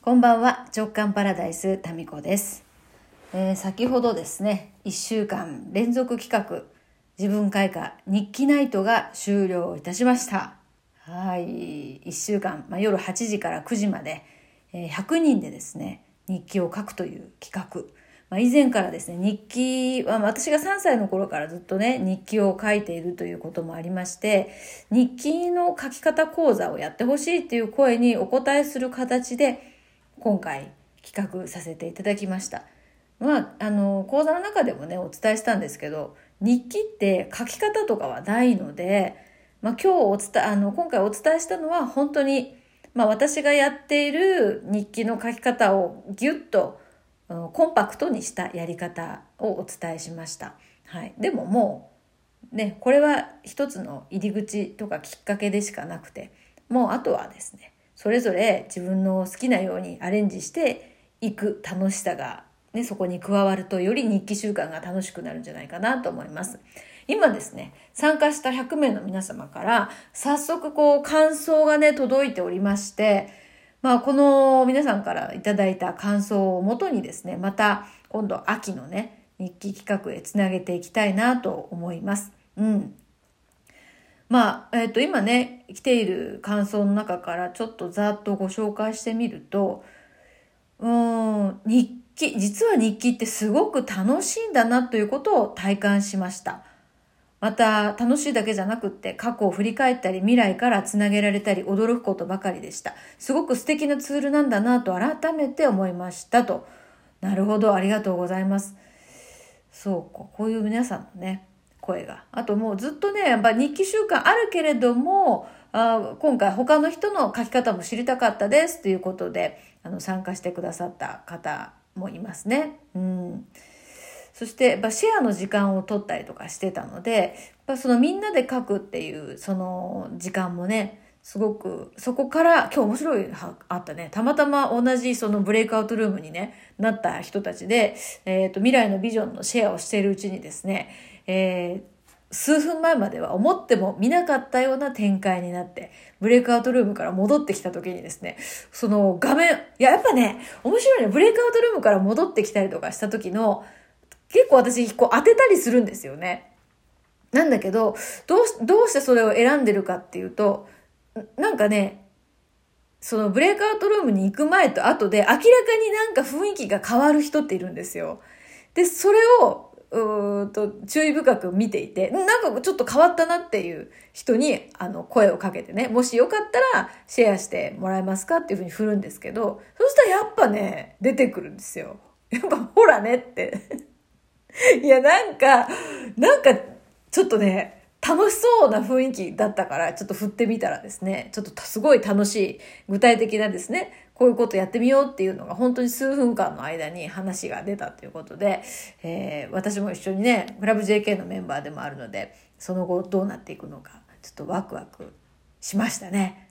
こんばんは、直感パラダイスタミコです。先ほどですね、1週間連続企画自分開花日記ナイトが終了いたしました。はい、1週間、夜8時から9時まで、100人でですね日記を書くという企画。以前からですね、日記は私が3歳の頃からずっとね日記を書いているということもありまして、日記の書き方講座をやってほしいっていう声にお答えする形で今回企画させていただきました。講座の中でもねお伝えしたんですけど、日記って書き方とかはないので、今回お伝えしたのは本当に、私がやっている日記の書き方をギュッとコンパクトにしたやり方をお伝えしました。はい、でももうね、これは一つの入り口とかきっかけでしかなくて、もうあとはですね、それぞれ自分の好きなようにアレンジしていく楽しさが、そこに加わるとより日記習慣が楽しくなるんじゃないかなと思います。今ですね、参加した100名の皆様から早速感想がね届いておりまして、この皆さんからいただいた感想をもとにですね、また今度秋のね日記企画へつなげていきたいなと思います。今ね来ている感想の中からちょっとざっとご紹介してみると、実は日記ってすごく楽しいんだなということを体感しました。また楽しいだけじゃなくって、過去を振り返ったり未来からつなげられたり驚くことばかりでした。すごく素敵なツールなんだなと改めて思いましたと。なるほど、ありがとうございます。こういう皆さんのね声が、あともうずっとねやっぱ日記習慣あるけれども、今回他の人の書き方も知りたかったですということで参加してくださった方もいますね。そしてシェアの時間を取ったりとかしてたので、そのみんなで書くっていうその時間もね、すごくそこから今日面白いあったね。たまたま同じそのブレイクアウトルームにねなった人たちで、未来のビジョンのシェアをしているうちにですね、数分前までは思っても見なかったような展開になって、ブレイクアウトルームから戻ってきた時にですね、その画面、やっぱね面白いね。ブレイクアウトルームから戻ってきたりとかした時の結構私当てたりするんですよね。なんだけどどうしてそれを選んでるかっていうと、なんかね、そのブレイクアウトルームに行く前と後で明らかになんか雰囲気が変わる人っているんですよ。でそれを注意深く見ていて、なんかちょっと変わったなっていう人に声をかけてね、もしよかったらシェアしてもらえますかっていうふうに振るんですけど、そしたらやっぱね出てくるんですよ。やっぱほらねっていやなんかちょっとね楽しそうな雰囲気だったからちょっと振ってみたらですね、ちょっとすごい楽しい具体的なですね、こういうことやってみようっていうのが本当に数分間の間に話が出たということで、私も一緒にねクラブ JK のメンバーでもあるので、その後どうなっていくのかちょっとワクワクしましたね。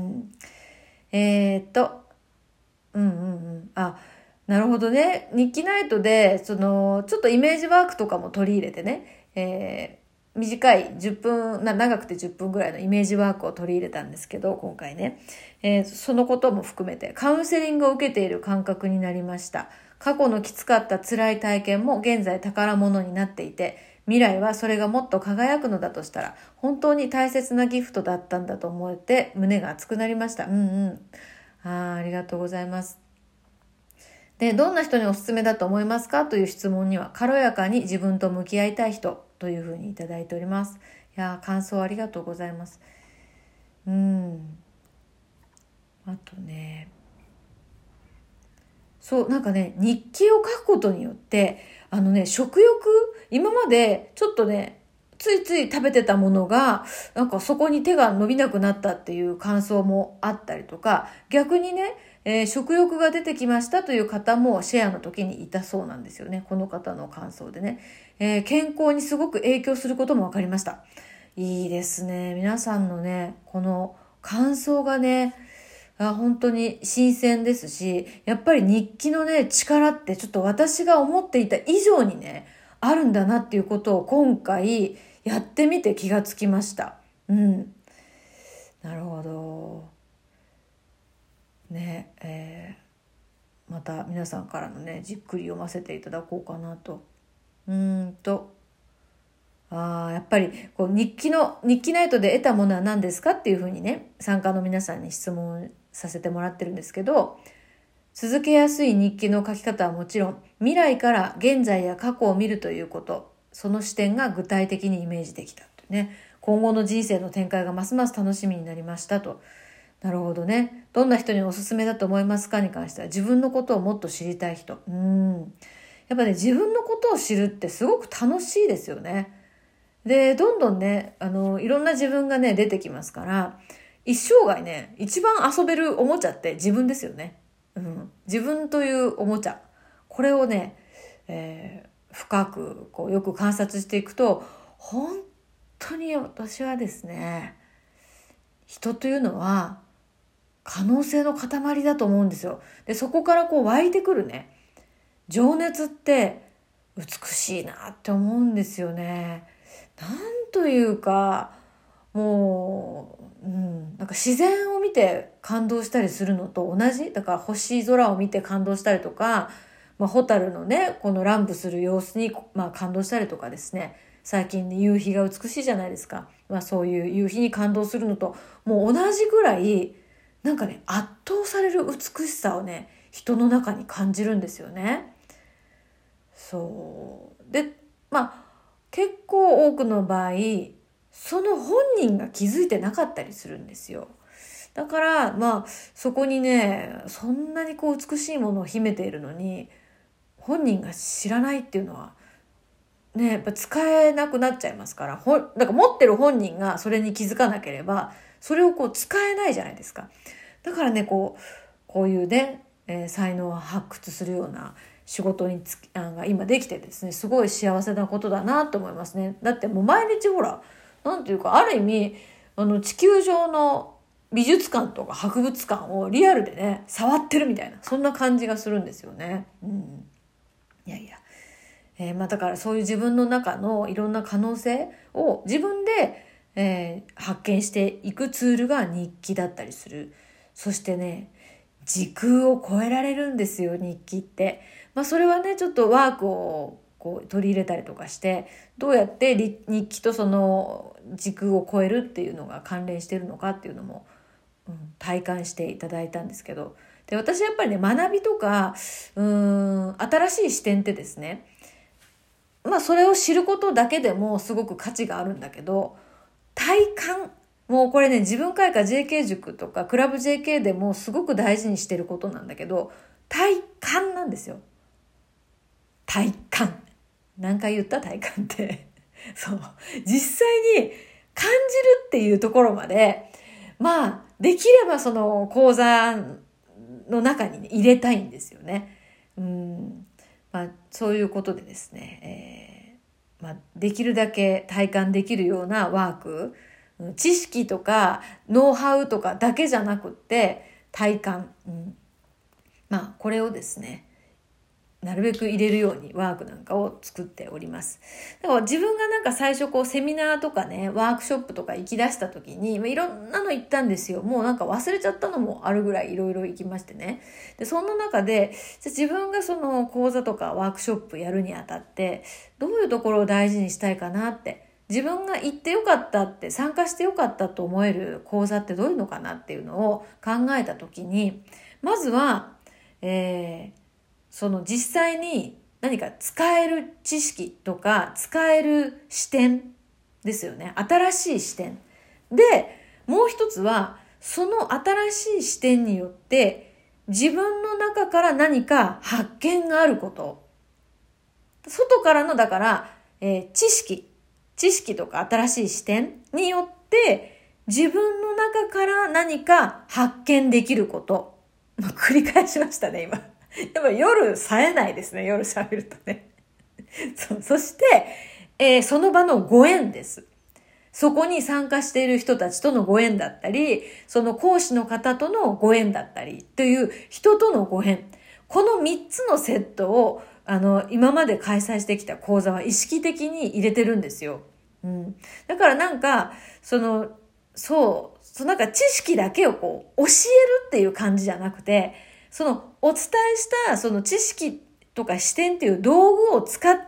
なるほどね。日記ナイトでちょっとイメージワークとかも取り入れてね、短い10分長くて10分ぐらいのイメージワークを取り入れたんですけど、今回ね、そのことも含めてカウンセリングを受けている感覚になりました。過去のきつかった辛い体験も現在宝物になっていて、未来はそれがもっと輝くのだとしたら本当に大切なギフトだったんだと思って胸が熱くなりました。ありがとうございます。で、どんな人におすすめだと思いますかという質問には、軽やかに自分と向き合いたい人というふうにいただいております。いや、感想ありがとうございます。あとね、なんかね、日記を書くことによって、食欲、今までちょっとね、ついつい食べてたものが、なんかそこに手が伸びなくなったっていう感想もあったりとか、逆にね、食欲が出てきましたという方もシェアの時にいたそうなんですよね。この方の感想でね。健康にすごく影響することも分かりました。いいですね。皆さんのね、この感想がね、本当に新鮮ですし、やっぱり日記のね、力ってちょっと私が思っていた以上にね、あるんだなっていうことを今回やってみて気がつきました。なるほど。ね、 また皆さんからのね、じっくり読ませていただこうかなと。やっぱりこう日記ナイトで得たものは何ですかっていうふうにね、参加の皆さんに質問させてもらってるんですけど、続けやすい日記の書き方はもちろん、未来から現在や過去を見るということ、その視点が具体的にイメージできたとね、今後の人生の展開がますます楽しみになりましたと。なるほどね。どんな人におすすめだと思いますかに関しては、自分のことをもっと知りたい人。やっぱね、自分のことを知るってすごく楽しいですよね。で、どんどんね、いろんな自分がね、出てきますから、一生涯ね、一番遊べるおもちゃって自分ですよね。自分というおもちゃ。これをね、深くこうよく観察していくと、本当に私はですね、人というのは可能性の塊だと思うんですよ。で、そこからこう湧いてくるね、情熱って美しいなって思うんですよね。なんというか、もう、なんか自然を見て感動したりするのと同じ。だから星空を見て感動したりとか、ホタルのね、この乱舞する様子に、感動したりとかですね。最近ね、夕日が美しいじゃないですか。そういう夕日に感動するのと、もう同じぐらい、なんかね、圧倒される美しさをね、人の中に感じるんですよね。そう。で、結構多くの場合、その本人が気づいてなかったりするんですよ。だから、そこにね、そんなにこう美しいものを秘めているのに、本人が知らないっていうのは、ね、やっぱ使えなくなっちゃいますから、だから持ってる本人がそれに気づかなければ、それをこう使えないじゃないですか。だからね、こういうね、才能を発掘するような仕事が今できてですね、すごい幸せなことだなと思いますね。だってもう毎日ほら、なんていうか、ある意味、地球上の美術館とか博物館をリアルでね、触ってるみたいな、そんな感じがするんですよね。いやいや。だからそういう自分の中のいろんな可能性を自分で、発見していくツールが日記だったりする。そしてね、時空を超えられるんですよ、日記って。それはね、ちょっとワークをこう取り入れたりとかして、どうやって日記とその時空を超えるっていうのが関連してるのかっていうのも、体感していただいたんですけど。で、私やっぱりね、学びとか、新しい視点ってですね、それを知ることだけでもすごく価値があるんだけど、体感、もうこれね、自分会課 JK 塾とかクラブ JK でもすごく大事にしてることなんだけど、体感なんですよ。体感。何回言った体感って。そう。実際に感じるっていうところまで、できればその講座の中に、入れたいんですよね。そういうことでですね、できるだけ体感できるようなワーク、知識とかノウハウとかだけじゃなくって体感、これをですね、なるべく入れるようにワークなんかを作っております。だから自分がなんか最初こうセミナーとかね、ワークショップとか行き出した時に、いろんなの行ったんですよ。もうなんか忘れちゃったのもあるぐらいいろいろ行きましてね。で、そんな中で、自分がその講座とかワークショップやるにあたって、どういうところを大事にしたいかなって、自分が行ってよかったって、参加してよかったと思える講座ってどういうのかなっていうのを考えた時に、まずは、その実際に何か使える知識とか使える視点ですよね。新しい視点。で、もう一つは、その新しい視点によって自分の中から何か発見があること。外からの、だから、知識とか新しい視点によって自分の中から何か発見できること。繰り返しましたね、今。やっぱ夜冴えないですね、夜喋るとね。そして、その場のご縁です。そこに参加している人たちとのご縁だったり、その講師の方とのご縁だったりという人とのご縁。この3つのセットを、今まで開催してきた講座は意識的に入れてるんですよ。だからなんか、なんか知識だけをこう教えるっていう感じじゃなくて、 そのお伝えしたその知識とか視点っていう道具を使って、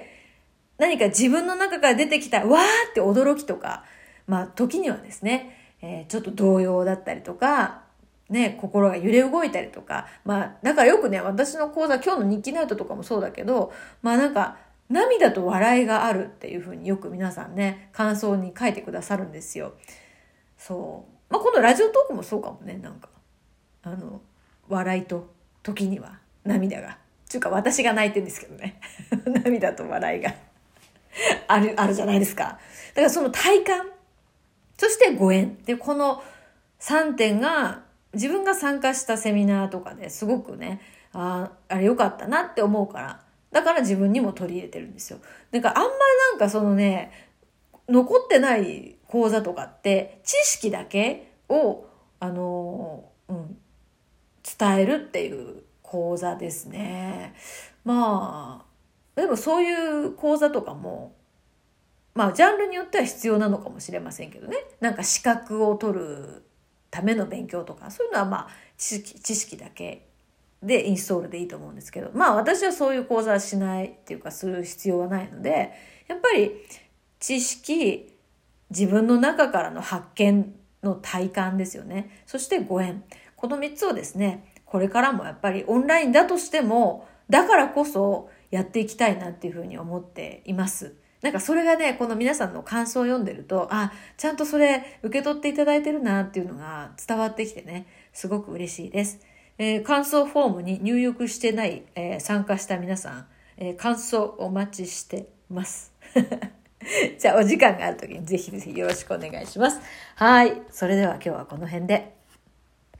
何か自分の中から出てきたわーって驚きとか、まあ時にはですね、ちょっと動揺だったりとか、ね、心が揺れ動いたりとか、まあだからよくね、私の講座、今日の日記ナイトとかもそうだけど、まあなんか涙と笑いがあるっていうふうによく皆さんね、感想に書いてくださるんですよ。そう。まあこのラジオトークもそうかもね、なんか。笑いと時には涙が。ちゅうか私が泣いてるんですけどね。涙と笑いがあるじゃないですか。だからその体感、そしてご縁で、この3点が自分が参加したセミナーとかですごくね、あれ良かったなって思うから、だから自分にも取り入れてるんですよ。だからあんまりなんかそのね、残ってない講座とかって知識だけを伝えるっていう講座ですね。まあでもそういう講座とかもまあジャンルによっては必要なのかもしれませんけどね。なんか資格を取るための勉強とかそういうのはまあ知識だけでインストールでいいと思うんですけど、まあ私はそういう講座はしないっていうかする必要はないので、やっぱり知識、自分の中からの発見の体感ですよね。そしてご縁。この3つをですね、これからもやっぱりオンラインだとしても、だからこそやっていきたいなっていうふうに思っています。なんかそれがね、この皆さんの感想を読んでると、あ、ちゃんとそれ受け取っていただいてるなっていうのが伝わってきてね、すごく嬉しいです。感想フォームに入力してない、参加した皆さん、感想お待ちしてます。じゃあお時間があるときにぜひぜひよろしくお願いします。はい。それでは今日はこの辺で。